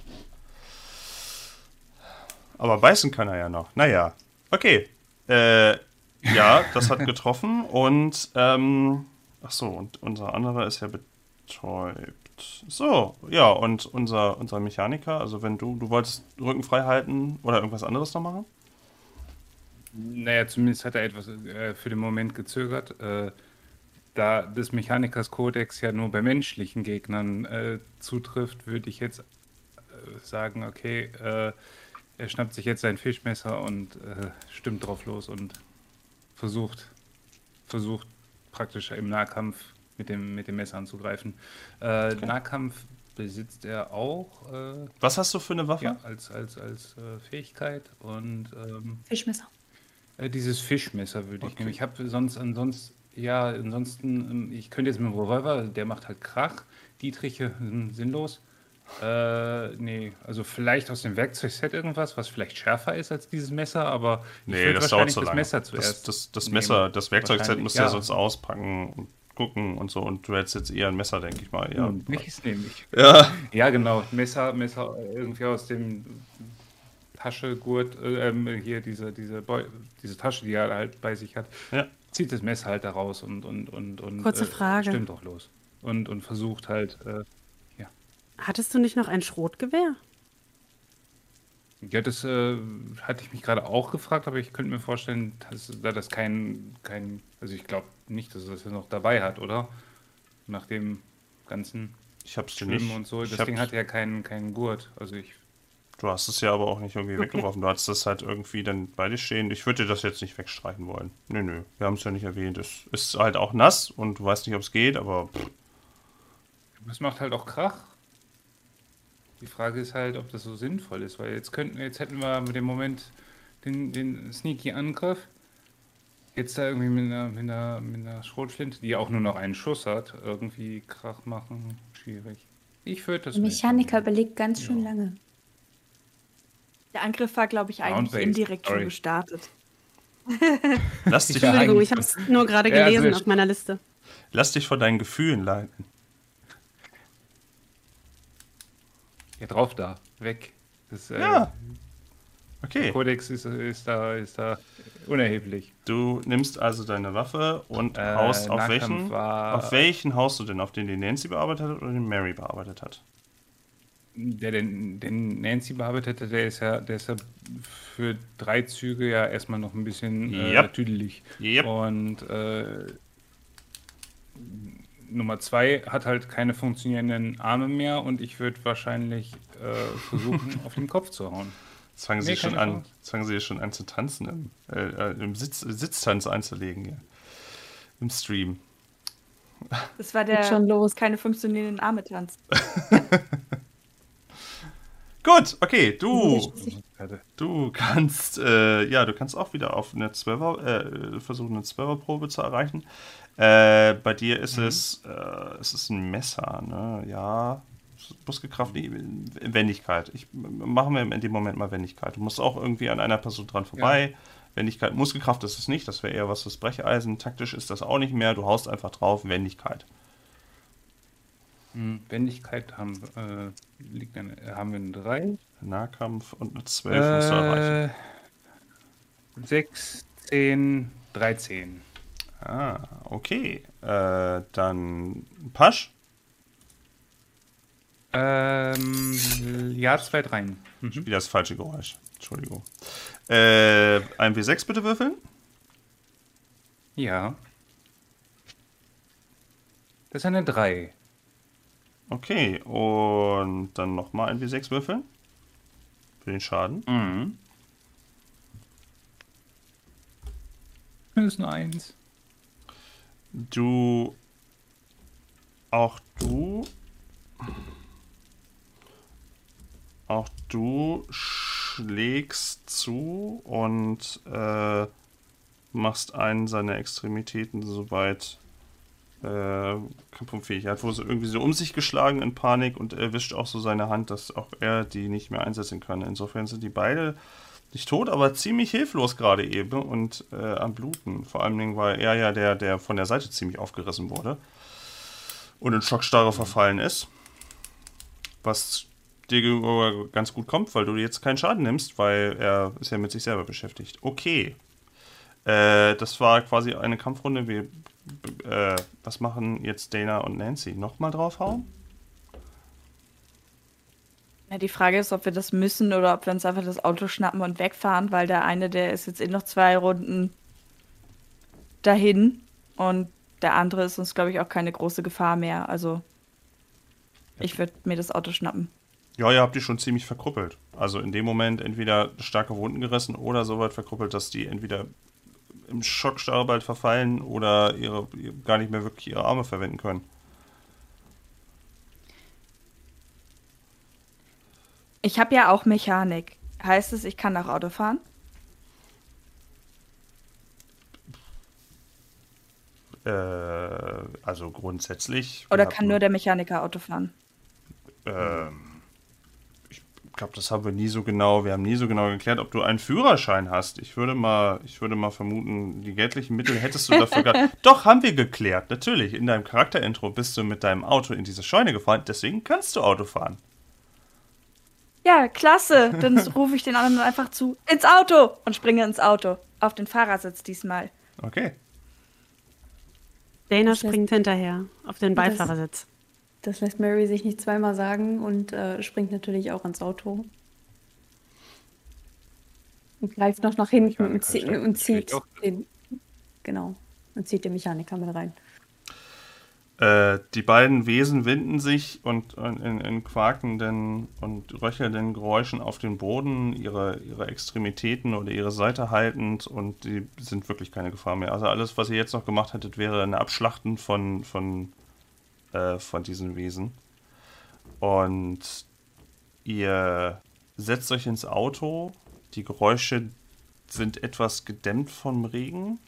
C: Aber beißen kann er ja noch. Naja. Okay. Äh, ja, das hat getroffen. Und, ähm, ach so, und unser anderer ist ja betäubt. So, ja, und unser, unser Mechaniker, also wenn du, du wolltest Rücken frei halten oder irgendwas anderes noch machen?
D: Naja, zumindest hat er etwas äh, für den Moment gezögert. Äh, da des Mechanikers Kodex ja nur bei menschlichen Gegnern äh, zutrifft, würde ich jetzt äh, sagen, okay, äh, er schnappt sich jetzt sein Fischmesser und äh, stimmt drauf los und versucht, versucht praktisch im Nahkampf mit dem, mit dem Messer anzugreifen. Äh,
C: Okay.
D: Nahkampf besitzt er auch äh,
C: Was hast du für eine Waffe?
D: ja, als, als, als äh, Fähigkeit und ähm,
F: Fischmesser.
D: äh, dieses Fischmesser würde ich
C: Okay.
D: nehmen. Ich habe sonst ansonsten, ja, ansonsten, ähm, ich könnte jetzt mit dem Revolver, der macht halt Krach. Dietriche sind sinnlos. Äh, nee, also vielleicht aus dem Werkzeugset irgendwas, was vielleicht schärfer ist als dieses Messer, aber ich
C: Nee,
D: würde
C: das dauert
D: wahrscheinlich
C: so
D: das
C: lange.
D: Messer
C: Das,
D: zuerst.
C: das, das
D: nehmen.
C: Messer, das Werkzeugset
D: Wahrscheinlich,
C: müsst ihr
D: ja.
C: sonst auspacken und gucken und so. Und du hättest jetzt eher ein Messer, denke ich mal. Ja,
D: Hm, welches nehme ich?
C: ja.
D: Ja, genau, Messer, Messer irgendwie aus dem Taschegurt, äh, ähm, hier diese, diese, Beu diese Tasche, die er halt bei sich hat,
C: Ja.
D: zieht das Messer halt da raus und, und, und, und
E: Kurze
D: äh,
E: Frage.
D: stimmt doch los. Und, und versucht halt, äh,
E: Hattest du nicht noch ein Schrotgewehr?
D: ja, das äh, hatte ich mich gerade auch gefragt, aber ich könnte mir vorstellen, dass da das kein, kein, also ich glaube nicht, dass er das noch dabei hat, oder? Nach dem ganzen
C: Ich hab's dir
D: Schwimmen
C: nicht.
D: und so.
C: Ich
D: Das
C: hab-
D: Ding hat ja keinen, keinen Gurt. Also ich,
C: Du hast es ja aber auch nicht irgendwie
E: Okay.
C: weggeworfen. Du hattest das halt irgendwie dann bei dir stehen. Ich würde dir das jetzt nicht wegstreichen wollen. Nö, nö. Wir haben es ja nicht erwähnt. Es ist halt auch nass und du weißt nicht, ob es geht, aber pff,
D: das macht halt auch Krach. Die Frage ist halt, ob das so sinnvoll ist, weil jetzt könnten, jetzt hätten wir mit dem Moment den, den Sneaky-Angriff. Jetzt da irgendwie mit einer, mit, einer, mit einer Schrotflinte, die auch nur noch einen Schuss hat, irgendwie Krach machen, schwierig. Ich würde das
F: Der
D: nicht
F: Mechaniker
D: machen.
F: überlegt ganz schön lange.
B: Der Angriff war, glaube ich, eigentlich
D: Round-based,
B: indirekt schon
D: sorry.
B: gestartet.
C: Lass dich,
D: Ja,
E: Entschuldigung,
D: eigentlich
E: ich habe es nur gerade
D: Ja,
E: gelesen
D: also ich-
E: auf meiner Liste.
C: lass dich von deinen Gefühlen leiten.
D: Ja, drauf da, weg. Das, äh,
C: Ja.
D: Der
C: Okay.
D: Kodex ist, ist, da, ist da unerheblich.
C: Du nimmst also deine Waffe und
D: Äh,
C: haust auf
D: Nahkampf
C: welchen?
D: war-
C: Auf welchen haust du denn? Auf den, den Nancy bearbeitet hat oder den Mary bearbeitet hat?
D: Der den, den Nancy bearbeitet hat, der ist ja, der ist ja für drei Züge ja erstmal noch ein bisschen äh,
C: Yep.
D: tüdelig.
C: Yep.
D: Und äh, Nummer zwei hat halt keine funktionierenden Arme mehr und ich würde wahrscheinlich äh, versuchen, auf den Kopf zu hauen.
C: Jetzt fangen,
D: Nee,
C: sie schon
D: keine
C: an,
D: Chance.
C: jetzt fangen sie schon an zu tanzen, im, äh, äh, im Sitz, Sitztanz einzulegen hier. Im Stream.
B: Das war
F: Geht
B: der
F: schon los.
B: keine funktionierenden Arme-Tanz.
C: Gut, okay, du,
D: Warte.
C: du kannst, äh, ja, du kannst auch wieder auf eine Zwölfer, äh, versuchen, eine Zwölferprobe zu erreichen. Äh, bei dir ist es, äh, es ist ein Messer, ne? Ja, Muskelkraft, nee, Wendigkeit. Ich machen wir in dem Moment mal Wendigkeit. Du musst auch irgendwie an einer Person dran vorbei. Wendigkeit, Muskelkraft ist es nicht, das wäre eher was fürs Brecheisen. Taktisch ist das auch nicht mehr. Du haust einfach drauf, Wendigkeit.
D: Hm, Wendigkeit haben, äh, liegt eine, haben wir eine drei.
C: Nahkampf und eine zwölf musst du erreichen.
D: Äh, sechs, zehn, dreizehn.
C: Ah, okay. Äh, dann Pasch.
D: Ähm, ja, zwei Dreien. Mhm.
C: Wieder das falsche Geräusch. Entschuldigung. Äh, ein W sechs bitte würfeln.
D: Ja. Das ist eine drei.
C: Okay, und dann nochmal ein W sechs würfeln. Für den Schaden.
D: Mhm. Das ist eine eins.
C: Du. Auch du. Auch du schlägst zu und äh, machst einen seiner Extremitäten soweit äh, kampfunfähig. Er hat wohl so irgendwie so um sich geschlagen in Panik und erwischt auch so seine Hand, dass auch er die nicht mehr einsetzen kann. Insofern sind die beide nicht tot, aber ziemlich hilflos gerade eben und äh, am Bluten. Vor allen Dingen, weil er ja der, der von der Seite ziemlich aufgerissen wurde und in Schockstarre verfallen ist. Was dir gegenüber ganz gut kommt, weil du jetzt keinen Schaden nimmst, weil er ist ja mit sich selber beschäftigt. Okay. Äh, das war quasi eine Kampfrunde. Wir, äh, was machen jetzt Dana und Nancy? Nochmal draufhauen?
B: Ja, die Frage ist, ob wir das müssen oder ob wir uns einfach das Auto schnappen und wegfahren, weil der eine, der ist jetzt eh noch zwei Runden dahin und der andere ist uns, glaube ich, auch keine große Gefahr mehr. Also ich würde mir das Auto schnappen.
C: Ja, ihr habt die schon ziemlich verkrüppelt. Also in dem Moment entweder starke Wunden gerissen oder so weit verkrüppelt, dass die entweder im Schockstarre bald verfallen oder ihre, gar nicht mehr wirklich ihre Arme verwenden können.
B: Ich habe ja auch Mechanik. Heißt es, ich kann auch Auto fahren?
C: Äh, also grundsätzlich.
B: Oder
C: wir
B: kann
C: hatten-
B: nur der Mechaniker Auto fahren?
C: Ähm, ich glaube, das haben wir nie so genau, wir haben nie so genau geklärt, ob du einen Führerschein hast. Ich würde mal, ich würde mal vermuten, die geldlichen Mittel hättest du dafür gar. Doch, haben wir geklärt, natürlich. In deinem Charakterintro bist du mit deinem Auto in diese Scheune gefahren, deswegen kannst du Auto fahren.
B: Ja, klasse. Dann rufe ich den anderen einfach zu. Ins Auto! Und springe ins Auto. Auf den Fahrersitz diesmal.
C: Okay.
E: Dana
F: Das heißt-
E: springt hinterher auf den
F: Das-
E: Beifahrersitz.
F: Das lässt Mary sich nicht zweimal sagen und äh, springt natürlich auch ins Auto. Und greift noch nach hinten und,
D: Mechaniker
F: zie
D: steigt
F: und zieht
D: natürlich auch.
F: den. Genau. Und zieht den Mechaniker mit rein.
C: Äh, die beiden Wesen winden sich und und in, in quakenden und röchelnden Geräuschen auf den Boden, ihre, ihre Extremitäten oder ihre Seite haltend, und die sind wirklich keine Gefahr mehr. Also alles, was ihr jetzt noch gemacht hättet, wäre ein Abschlachten von, von, äh, von diesen Wesen. Und ihr setzt euch ins Auto, die Geräusche sind etwas gedämmt vom Regen.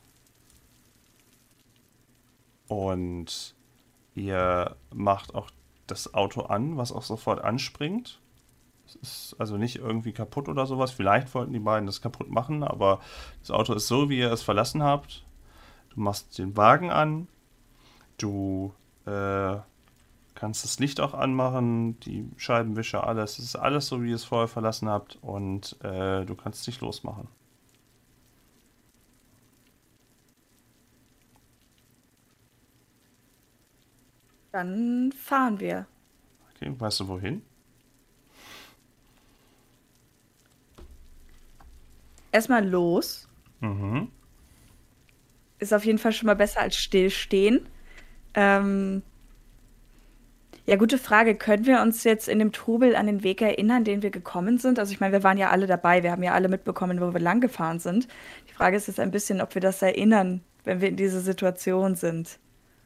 C: Und ihr macht auch das Auto an, was auch sofort anspringt. Es ist also nicht irgendwie kaputt oder sowas. Vielleicht wollten die beiden das kaputt machen, aber das Auto ist so, wie ihr es verlassen habt. Du machst den Wagen an. Du äh, kannst das Licht auch anmachen, die Scheibenwischer, alles. Es ist alles so, wie ihr es vorher verlassen habt. Und äh, du kannst dich losmachen.
B: Dann fahren wir.
C: Okay, weißt du wohin?
B: Erstmal los.
C: Mhm.
B: Ist auf jeden Fall schon mal besser als stillstehen. Ähm, ja, gute Frage. Können wir uns jetzt in dem Trubel an den Weg erinnern, den wir gekommen sind? Also ich meine, wir waren ja alle dabei. Wir haben ja alle mitbekommen, wo wir lang gefahren sind. Die Frage ist jetzt ein bisschen, ob wir das erinnern, wenn wir in dieser Situation sind.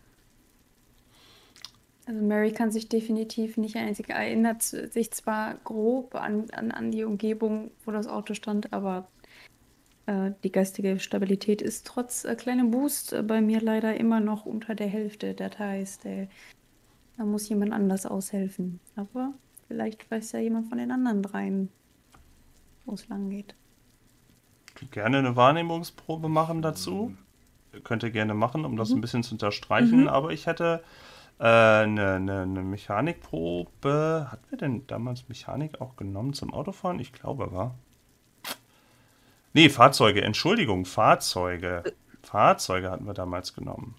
F: Also Mary kann sich definitiv nicht erinnern. Sie erinnert sich zwar grob an, an, an die Umgebung, wo das Auto stand, aber äh, die geistige Stabilität ist trotz äh, kleinem Boost äh, bei mir leider immer noch unter der Hälfte. Das heißt, äh, da muss jemand anders aushelfen. Aber vielleicht weiß ja jemand von den anderen dreien, wo es lang geht.
C: Gerne eine Wahrnehmungsprobe machen dazu. Könnt ihr gerne machen, um das ein bisschen zu unterstreichen.
B: Mhm.
C: Aber ich hätte äh, eine, eine, eine Mechanikprobe. Hatten wir denn damals Mechanik auch genommen zum Autofahren? Ich glaube, war. Nee, Fahrzeuge. Entschuldigung, Fahrzeuge. Fahrzeuge hatten wir damals genommen.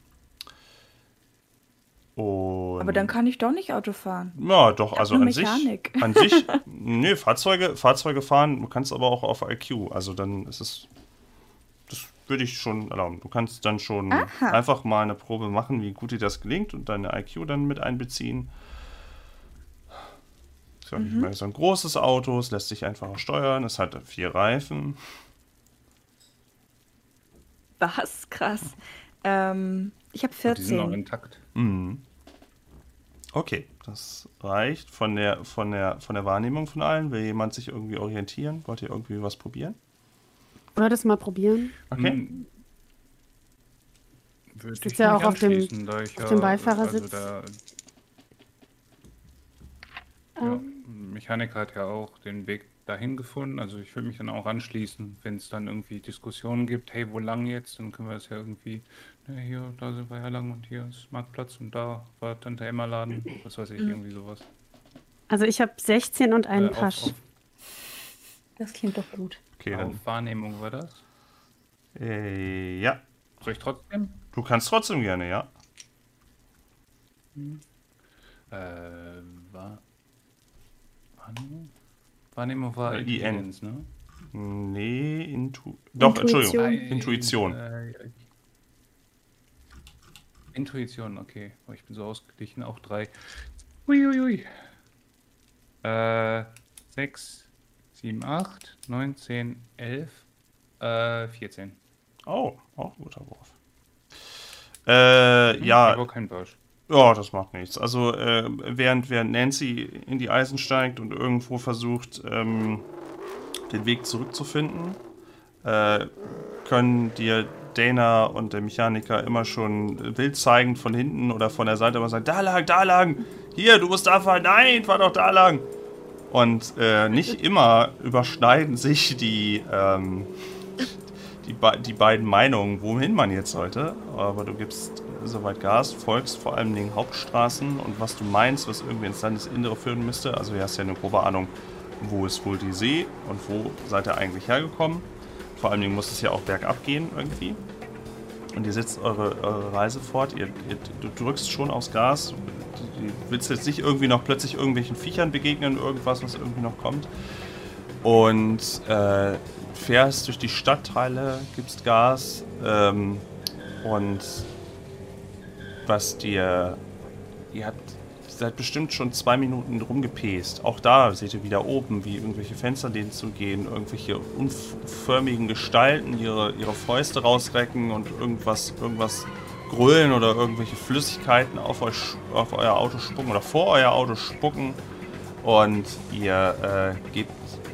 C: Und
B: Aber dann kann ich doch nicht Auto fahren.
C: ja, doch,
B: Ich hab
C: also
B: nur
C: an sich,
B: Mechanik.
C: an sich, nee, Fahrzeuge, Fahrzeuge fahren, du kannst aber auch auf I Q, also dann ist es, das würde ich schon erlauben. Du kannst dann schon
B: Aha.
C: einfach mal eine Probe machen, wie gut dir das gelingt und deine I Q dann mit einbeziehen. Ist ja nicht mehr so ein großes Auto, es lässt sich einfacher steuern, es hat vier Reifen.
B: Was? Krass. Ähm, ich habe
D: Die sind noch
B: vierzehn.
D: intakt.
C: Mhm. Okay, das reicht von der, von der, von der Wahrnehmung von allen. Will jemand sich irgendwie orientieren? Wollt ihr irgendwie was probieren?
E: Würde es mal probieren.
C: Okay.
D: Hm, würde
E: Sitzt
D: ich
E: ja
D: mich
E: auch auf dem-
D: anschließen, da ich
E: auf
D: ja,
E: dem Beifahrersitz.
D: Also der, ja, Mechaniker hat ja auch den Weg dahin gefunden. Also ich würde mich dann auch anschließen, wenn es dann irgendwie Diskussionen gibt, hey, wo lang jetzt? Dann können wir das ja irgendwie, ne, hier, da sind wir ja lang und hier ist Marktplatz und da war Tante Emma Laden, was weiß ich, irgendwie sowas.
E: Also ich habe sechzehn und einen
D: Äh, auf,
E: Pasch.
D: auf,
F: Das klingt doch gut.
C: Okay, dann.
D: auf Wahrnehmung war das.
C: Äh, ja,
D: Soll ich trotzdem?
C: du kannst trotzdem gerne, ja.
D: Äh, war, Wahrnehmung? Wahrnehmung war
C: Äh, I N.
D: Intelligenz, ne?
C: Nee, Intu doch,
F: Intuition.
C: Entschuldigung, Intuition.
D: Äh, Intuition, okay. Oh, ich bin so ausgeglichen, auch drei. Uiuiui. Äh, sechs, sieben, acht, neun, zehn, elf, äh, vierzehn.
C: Oh, auch ein guter Wurf. Äh, ja,
D: Aber kein Bausch.
C: ja, das macht nichts. Also, äh, während, während Nancy in die Eisen steigt und irgendwo versucht, ähm, den Weg zurückzufinden, äh, können dir Dana und der Mechaniker immer schon wild zeigend von hinten oder von der Seite immer sagen, da lang, da lang, hier, du musst da fahren, nein, fahr doch da lang. Und äh, nicht immer überschneiden sich die, ähm, die, be die beiden Meinungen, wohin man jetzt sollte. Aber du gibst soweit Gas, folgst vor allem den Hauptstraßen und was du meinst, was irgendwie ins Landesinnere führen müsste. Also du hast ja eine grobe Ahnung, wo ist wohl die See und wo seid ihr eigentlich hergekommen. Vor allen Dingen muss es ja auch bergab gehen irgendwie. Und ihr setzt eure, eure Reise fort. Ihr, ihr, du drückst schon aufs Gas. Du, du willst jetzt nicht irgendwie noch plötzlich irgendwelchen Viechern begegnen, irgendwas, was irgendwie noch kommt. Und äh, fährst durch die Stadtteile, gibst Gas. Ähm, und was dir... Ihr habt seid bestimmt schon zwei Minuten rumgepest. Auch da seht ihr wieder oben, wie irgendwelche Fenster denen zu gehen, irgendwelche unförmigen Gestalten ihre, ihre Fäuste rausrecken und irgendwas, irgendwas grölen oder irgendwelche Flüssigkeiten auf, euch, auf euer Auto spucken oder vor euer Auto spucken. Und ihr äh, gebt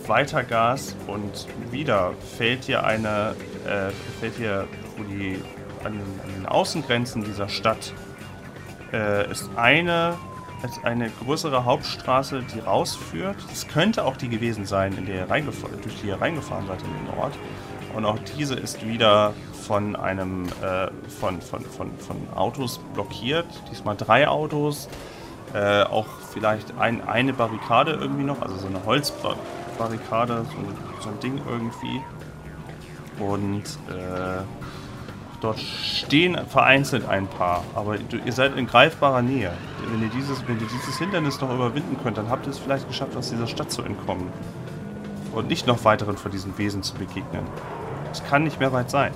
C: weiter Gas und wieder fällt dir eine, äh, fällt dir, wo die, an, an den Außengrenzen dieser Stadt äh, ist eine, ist eine größere Hauptstraße, die rausführt. Es könnte auch die gewesen sein, in der ihr reingefahren, durch die ihr reingefahren seid in den Ort. Und auch diese ist wieder von einem, äh, von, von, von, von Autos blockiert. Diesmal drei Autos. Äh, auch vielleicht ein, eine Barrikade irgendwie noch, also so eine Holzbarrikade, so, so ein Ding irgendwie. Und äh, dort stehen vereinzelt ein paar, aber du, ihr seid in greifbarer Nähe. Wenn ihr, dieses, wenn ihr dieses Hindernis noch überwinden könnt, dann habt ihr es vielleicht geschafft, aus dieser Stadt zu entkommen. Und nicht noch weiteren von diesen Wesen zu begegnen. Es kann nicht mehr weit sein.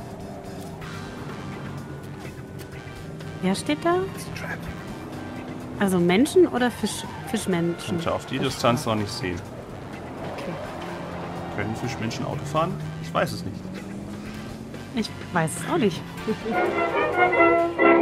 E: Wer steht da? Also Menschen oder Fisch, Fischmenschen?
C: Könnt ihr auf die Distanz noch nicht sehen.
E: Okay.
C: Können Fischmenschen Auto fahren? Ich weiß es nicht.
E: Ich weiß es auch nicht.